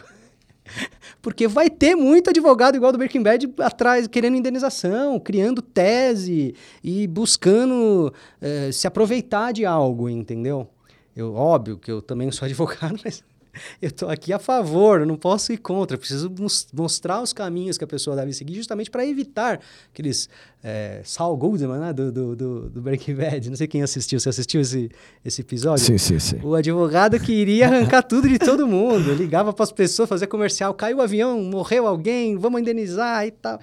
Porque vai ter muito advogado igual do Breaking Bad atrás, querendo indenização, criando tese e buscando eh, se aproveitar de algo, entendeu? Eu, óbvio que eu também sou advogado, mas eu estou aqui a favor, eu não posso ir contra. Eu preciso mos- mostrar os caminhos que a pessoa deve seguir justamente para evitar aqueles... É, Saul Goodman, né, do, do, do, do Breaking Bad. Não sei quem assistiu. Você assistiu esse, esse episódio? Sim, sim, sim. O advogado queria arrancar tudo de todo mundo. Ligava para as pessoas, fazia comercial. Caiu o avião, morreu alguém, vamos indenizar e tal.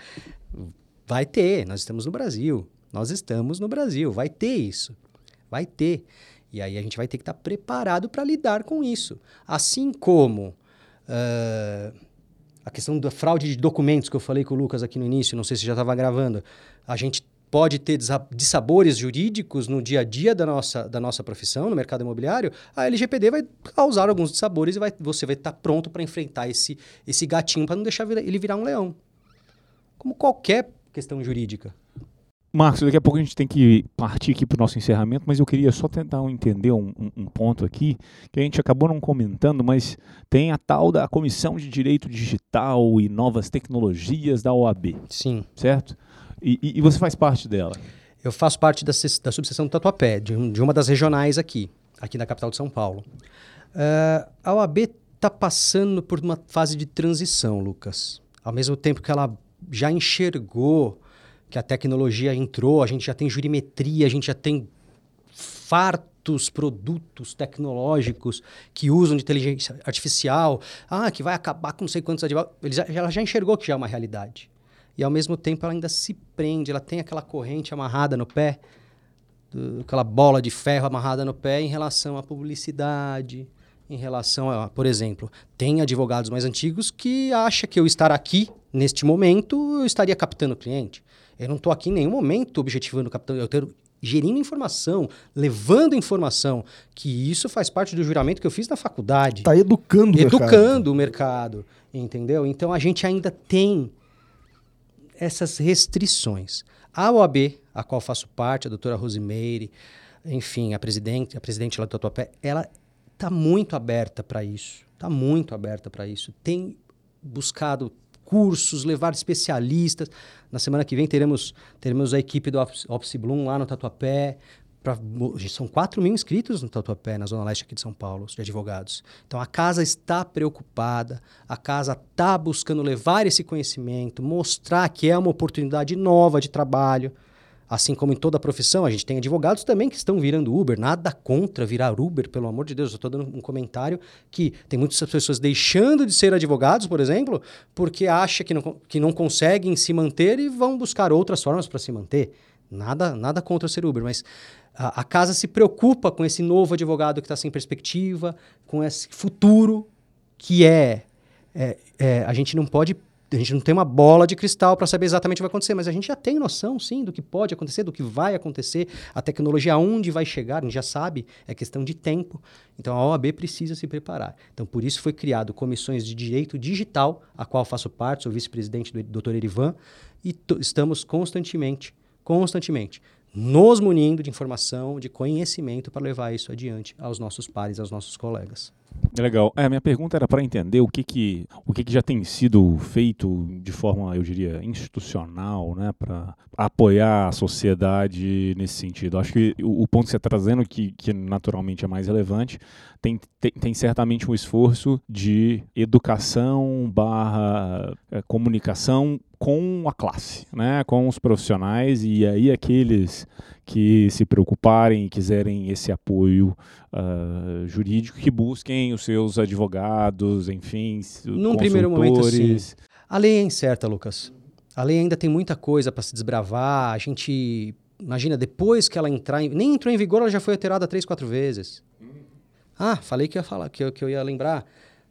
Vai ter. Nós estamos no Brasil. Nós estamos no Brasil. Vai ter isso. Vai ter. E aí a gente vai ter que estar preparado para lidar com isso. Assim como uh, a questão da fraude de documentos que eu falei com o Lucas aqui no início, não sei se já estava gravando, a gente pode ter dissabores jurídicos no dia a dia da nossa, da nossa profissão, no mercado imobiliário, a L G P D vai causar alguns dissabores e vai, você vai estar pronto para enfrentar esse, esse gatinho para não deixar ele virar um leão. Como qualquer questão jurídica. Marcos, daqui a pouco a gente tem que partir aqui para o nosso encerramento, mas eu queria só tentar entender um, um, um ponto aqui, que a gente acabou não comentando, mas tem a tal da Comissão de Direito Digital e Novas Tecnologias da O A B. Sim. Certo? E, e, e você faz parte dela? Eu faço parte da, da subseção do Tatuapé, de, um, de uma das regionais aqui, aqui na capital de São Paulo. Uh, a O A B está passando por uma fase de transição, Lucas. Ao mesmo tempo que ela já enxergou que a tecnologia entrou, a gente já tem jurimetria, a gente já tem fartos produtos tecnológicos que usam de inteligência artificial, ah, que vai acabar com não sei quantos advogados. Ela já enxergou que já é uma realidade. E, ao mesmo tempo, ela ainda se prende, ela tem aquela corrente amarrada no pé, do, aquela bola de ferro amarrada no pé em relação à publicidade, em relação a, por exemplo, tem advogados mais antigos que acham que eu estar aqui, neste momento, eu estaria captando o cliente. Eu não estou aqui em nenhum momento objetivando captando, eu estou gerindo informação, levando informação, que isso faz parte do juramento que eu fiz na faculdade. Está educando o mercado. Educando o mercado, entendeu? Então, a gente ainda tem essas restrições. A O A B, a qual faço parte, a doutora Rosimeire, enfim, a presidente, a presidente lá do Tatuapé, ela está muito aberta para isso. Está muito aberta para isso. Tem buscado cursos, levar especialistas. Na semana que vem teremos, teremos a equipe do Office Bloom lá no Tatuapé. Pra, são quatro mil inscritos no Tatuapé, na Zona Leste aqui de São Paulo, de advogados. Então, a casa está preocupada, a casa está buscando levar esse conhecimento, mostrar que é uma oportunidade nova de trabalho. Assim como em toda a profissão, a gente tem advogados também que estão virando Uber. Nada contra virar Uber, pelo amor de Deus. Eu estou dando um comentário que tem muitas pessoas deixando de ser advogados, por exemplo, porque acham que não, que não conseguem se manter e vão buscar outras formas para se manter. Nada, nada contra ser Uber, mas a, a casa se preocupa com esse novo advogado que está sem perspectiva, com esse futuro que é, é, é... A gente não pode... A gente não tem uma bola de cristal para saber exatamente o que vai acontecer, mas a gente já tem noção, sim, do que pode acontecer, do que vai acontecer, a tecnologia aonde vai chegar, a gente já sabe, é questão de tempo. Então, a O A B precisa se preparar. Então, por isso foi criado comissões de direito digital, a qual faço parte, sou vice-presidente do doutor Erivan, e estamos constantemente, constantemente, nos munindo de informação, de conhecimento para levar isso adiante aos nossos pares, aos nossos colegas. Legal. É, a minha pergunta era para entender o que que, o que que já tem sido feito de forma, eu diria, institucional, né, para apoiar a sociedade nesse sentido. Acho que o, o ponto que você está trazendo, que, que naturalmente é mais relevante, tem, tem, tem certamente um esforço de educação barra é, comunicação com a classe, né, com os profissionais, e aí aqueles que se preocuparem e quiserem esse apoio uh, jurídico, que busquem os seus advogados, enfim, Num primeiro momento, sim. A lei é incerta, Lucas. A lei ainda tem muita coisa para se desbravar. A gente, imagina, depois que ela entrar... Em, nem entrou em vigor, ela já foi alterada três, quatro vezes. Ah, falei que eu ia falar, que eu, que eu ia lembrar.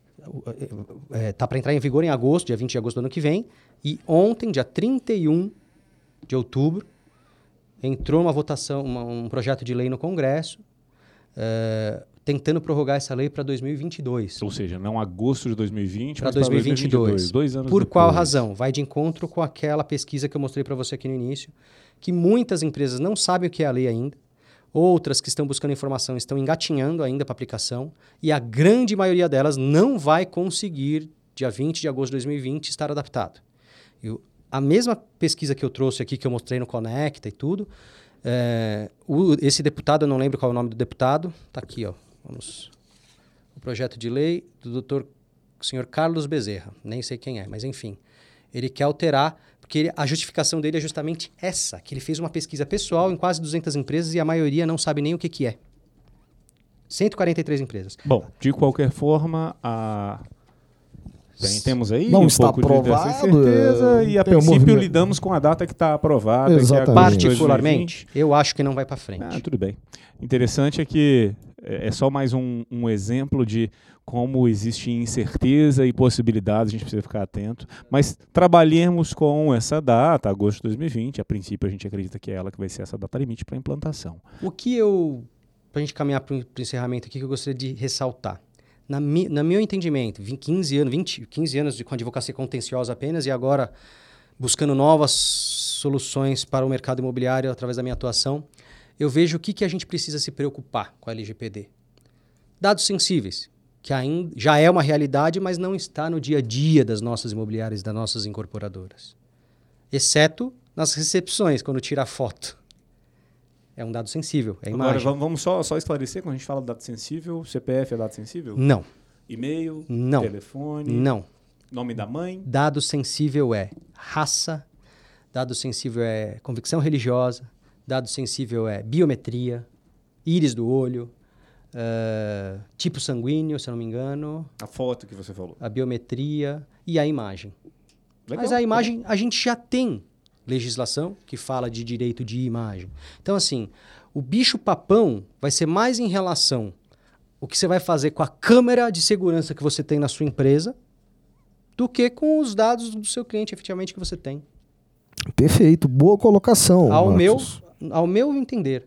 É, tá para entrar em vigor em agosto, dia vinte de agosto do ano que vem. E ontem, dia trinta e um de outubro, entrou uma votação, uma, um projeto de lei no Congresso, é, tentando prorrogar essa lei para dois mil e vinte e dois. Ou seja, não agosto de dois mil e vinte, para mas dois mil e vinte e dois. dois mil e vinte e dois. Dois anos Por depois. qual razão? Vai de encontro com aquela pesquisa que eu mostrei para você aqui no início, que muitas empresas não sabem o que é a lei ainda, outras que estão buscando informação estão engatinhando ainda para aplicação, e a grande maioria delas não vai conseguir, dia vinte de agosto de dois mil e vinte, estar adaptado. Eu, a mesma pesquisa que eu trouxe aqui, que eu mostrei no Conecta e tudo, é, o, esse deputado, eu não lembro qual é o nome do deputado, está aqui, ó, vamos... O projeto de lei do doutor senhor Carlos Bezerra, nem sei quem é, mas enfim. Ele quer alterar, porque ele, a justificação dele é justamente essa, que ele fez uma pesquisa pessoal em quase duzentas empresas e a maioria não sabe nem o que, que é. cento e quarenta e três empresas. Bom, de qualquer forma, a... Tem, temos aí não um está pouco aprovado, de certeza é, e a tem um princípio movimento. lidamos com a data que está aprovada. Exatamente. Que é agosto de Particularmente, eu acho que não vai para frente. Ah, tudo bem. Interessante é que é é só mais um, um exemplo de como existe incerteza e possibilidades, a gente precisa ficar atento. Mas trabalhemos com essa data, agosto de dois mil e vinte. A princípio, a gente acredita que é ela que vai ser essa data limite para implantação. O que eu, para a gente caminhar para o encerramento aqui, que eu gostaria de ressaltar. Na mi, no meu entendimento, quinze anos, vinte, quinze anos de, com advocacia contenciosa apenas e agora buscando novas soluções para o mercado imobiliário através da minha atuação, eu vejo o que, que a gente precisa se preocupar com a L G P D. Dados sensíveis, que ainda já é uma realidade, mas não está no dia a dia das nossas imobiliárias, das nossas incorporadoras. Exceto nas recepções, quando tira a foto. É um dado sensível, é Agora, imagem. vamos, vamos só, só esclarecer, quando a gente fala de dado sensível, C P F é dado sensível? Não. E-mail? Não. Telefone? Não. Nome da mãe? Dado sensível é raça, dado sensível é convicção religiosa, dado sensível é biometria, íris do olho, uh, tipo sanguíneo, se eu não me engano, A foto que você falou. a biometria e a imagem. Legal. Mas a imagem, a gente já tem legislação que fala de direito de imagem. Então, assim, o bicho-papão vai ser mais em relação ao que você vai fazer com a câmera de segurança que você tem na sua empresa do que com os dados do seu cliente, efetivamente, que você tem. Perfeito, boa colocação. Ao meu, Marcos. ao meu entender.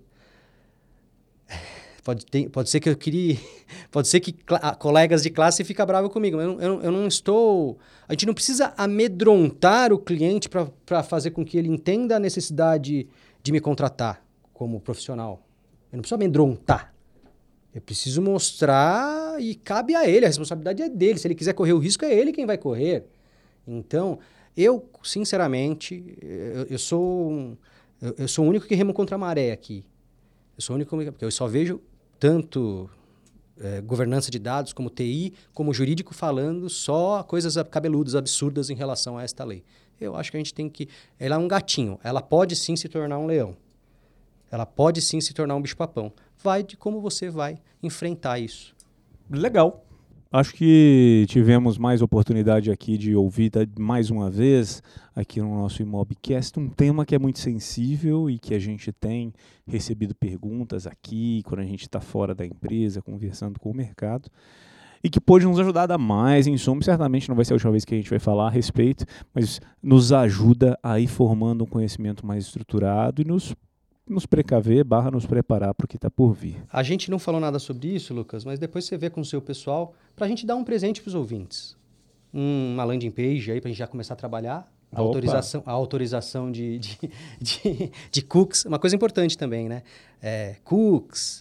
Pode, ter, pode ser que eu queria... Pode ser que cl- colegas de classe fiquem bravos comigo, mas eu não, eu, não, eu não estou... A gente não precisa amedrontar o cliente para fazer com que ele entenda a necessidade de me contratar como profissional. Eu não preciso amedrontar. Eu preciso mostrar e cabe a ele, a responsabilidade é dele. Se ele quiser correr o risco, é ele quem vai correr. Então, eu, sinceramente, eu, eu, sou, um, eu, eu sou o único que remo contra a maré aqui. Eu sou o único, porque eu só vejo tanto é, governança de dados como T I, como jurídico falando só coisas cabeludas, absurdas em relação a esta lei. Eu acho que a gente tem que... Ela é um gatinho. Ela pode sim se tornar um leão. Ela pode sim se tornar um bicho-papão. Vai de como você vai enfrentar isso. Legal. Acho que tivemos mais oportunidade aqui de ouvir mais uma vez aqui no nosso Imobcast um tema que é muito sensível e que a gente tem recebido perguntas aqui quando a gente está fora da empresa, conversando com o mercado e que pode nos ajudar a dar mais insumos. Certamente não vai ser a última vez que a gente vai falar a respeito, mas nos ajuda a ir formando um conhecimento mais estruturado e nos nos precaver, barra nos preparar para o que está por vir. A gente não falou nada sobre isso, Lucas, mas depois você vê com o seu pessoal para a gente dar um presente para os ouvintes. Um, uma landing page aí para a gente já começar a trabalhar. A autorização, a autorização de, de, de, de cookies, uma coisa importante também, né? É, cookies,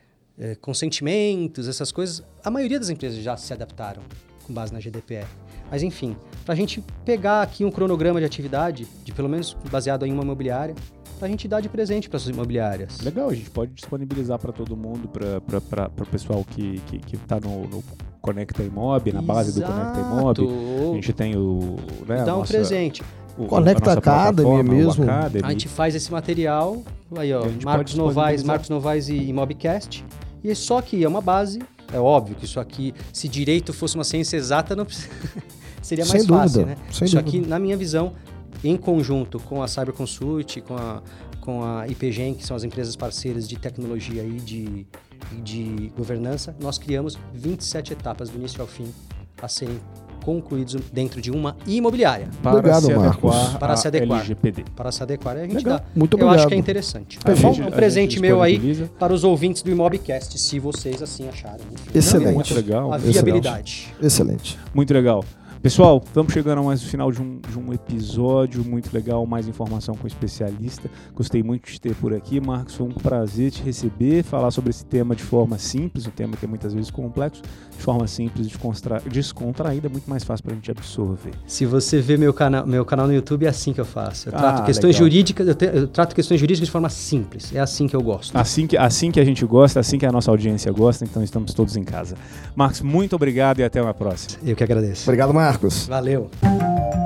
é, consentimentos, essas coisas. A maioria das empresas já se adaptaram com base na G D P R. Mas, enfim, para a gente pegar aqui um cronograma de atividade, de pelo menos baseado em uma imobiliária, para a gente dar de presente para as imobiliárias. Legal, a gente pode disponibilizar para todo mundo, para o pessoal que está que, que tá no, no Conecta Imob, na base do Conecta Imob. A gente tem o... Né, dá um nossa, presente. O, Conecta Academy mesmo. A gente faz esse material, aí ó, Marcos Novaes, Marcos Novaes e Imobcast, e só que é uma base, é óbvio que isso aqui, se direito fosse uma ciência exata, não seria mais sem fácil, dúvida, né? Sem isso dúvida. aqui, na minha visão, em conjunto com a Cyberconsult, com a, com a IPGEN, que são as empresas parceiras de tecnologia e de, de governança, nós criamos vinte e sete etapas do início ao fim a serem concluídos dentro de uma imobiliária. Para Obrigado, se Marcos. adequar Para se adequar. L G P D. Para se adequar, a gente Legal. dá. Muito Eu obrigado. acho que é interessante. Tá A bom? gente- Um a presente gente meu aí disponibiliza. para os ouvintes do Imobcast, se vocês assim acharem. Enfim, Excelente. Muito legal. A Excelente. viabilidade. Excelente. Muito legal. Pessoal, estamos chegando a mais o final de um, de um episódio muito legal, mais informação com o especialista. Gostei muito de ter por aqui. Marcos, foi um prazer te receber, falar sobre esse tema de forma simples, um tema que é muitas vezes complexo, de forma simples, descontra... descontraída, muito mais fácil para a gente absorver. Se você vê meu, cana meu canal no YouTube, é assim que eu faço. Eu trato Ah, questões legal. jurídicas, eu, te eu trato questões jurídicas de forma simples. É assim que eu gosto. Assim que, assim que a gente gosta, assim que a nossa audiência gosta, então estamos todos em casa. Marcos, muito obrigado e até uma próxima. Eu que agradeço. Obrigado, Marcos. Valeu.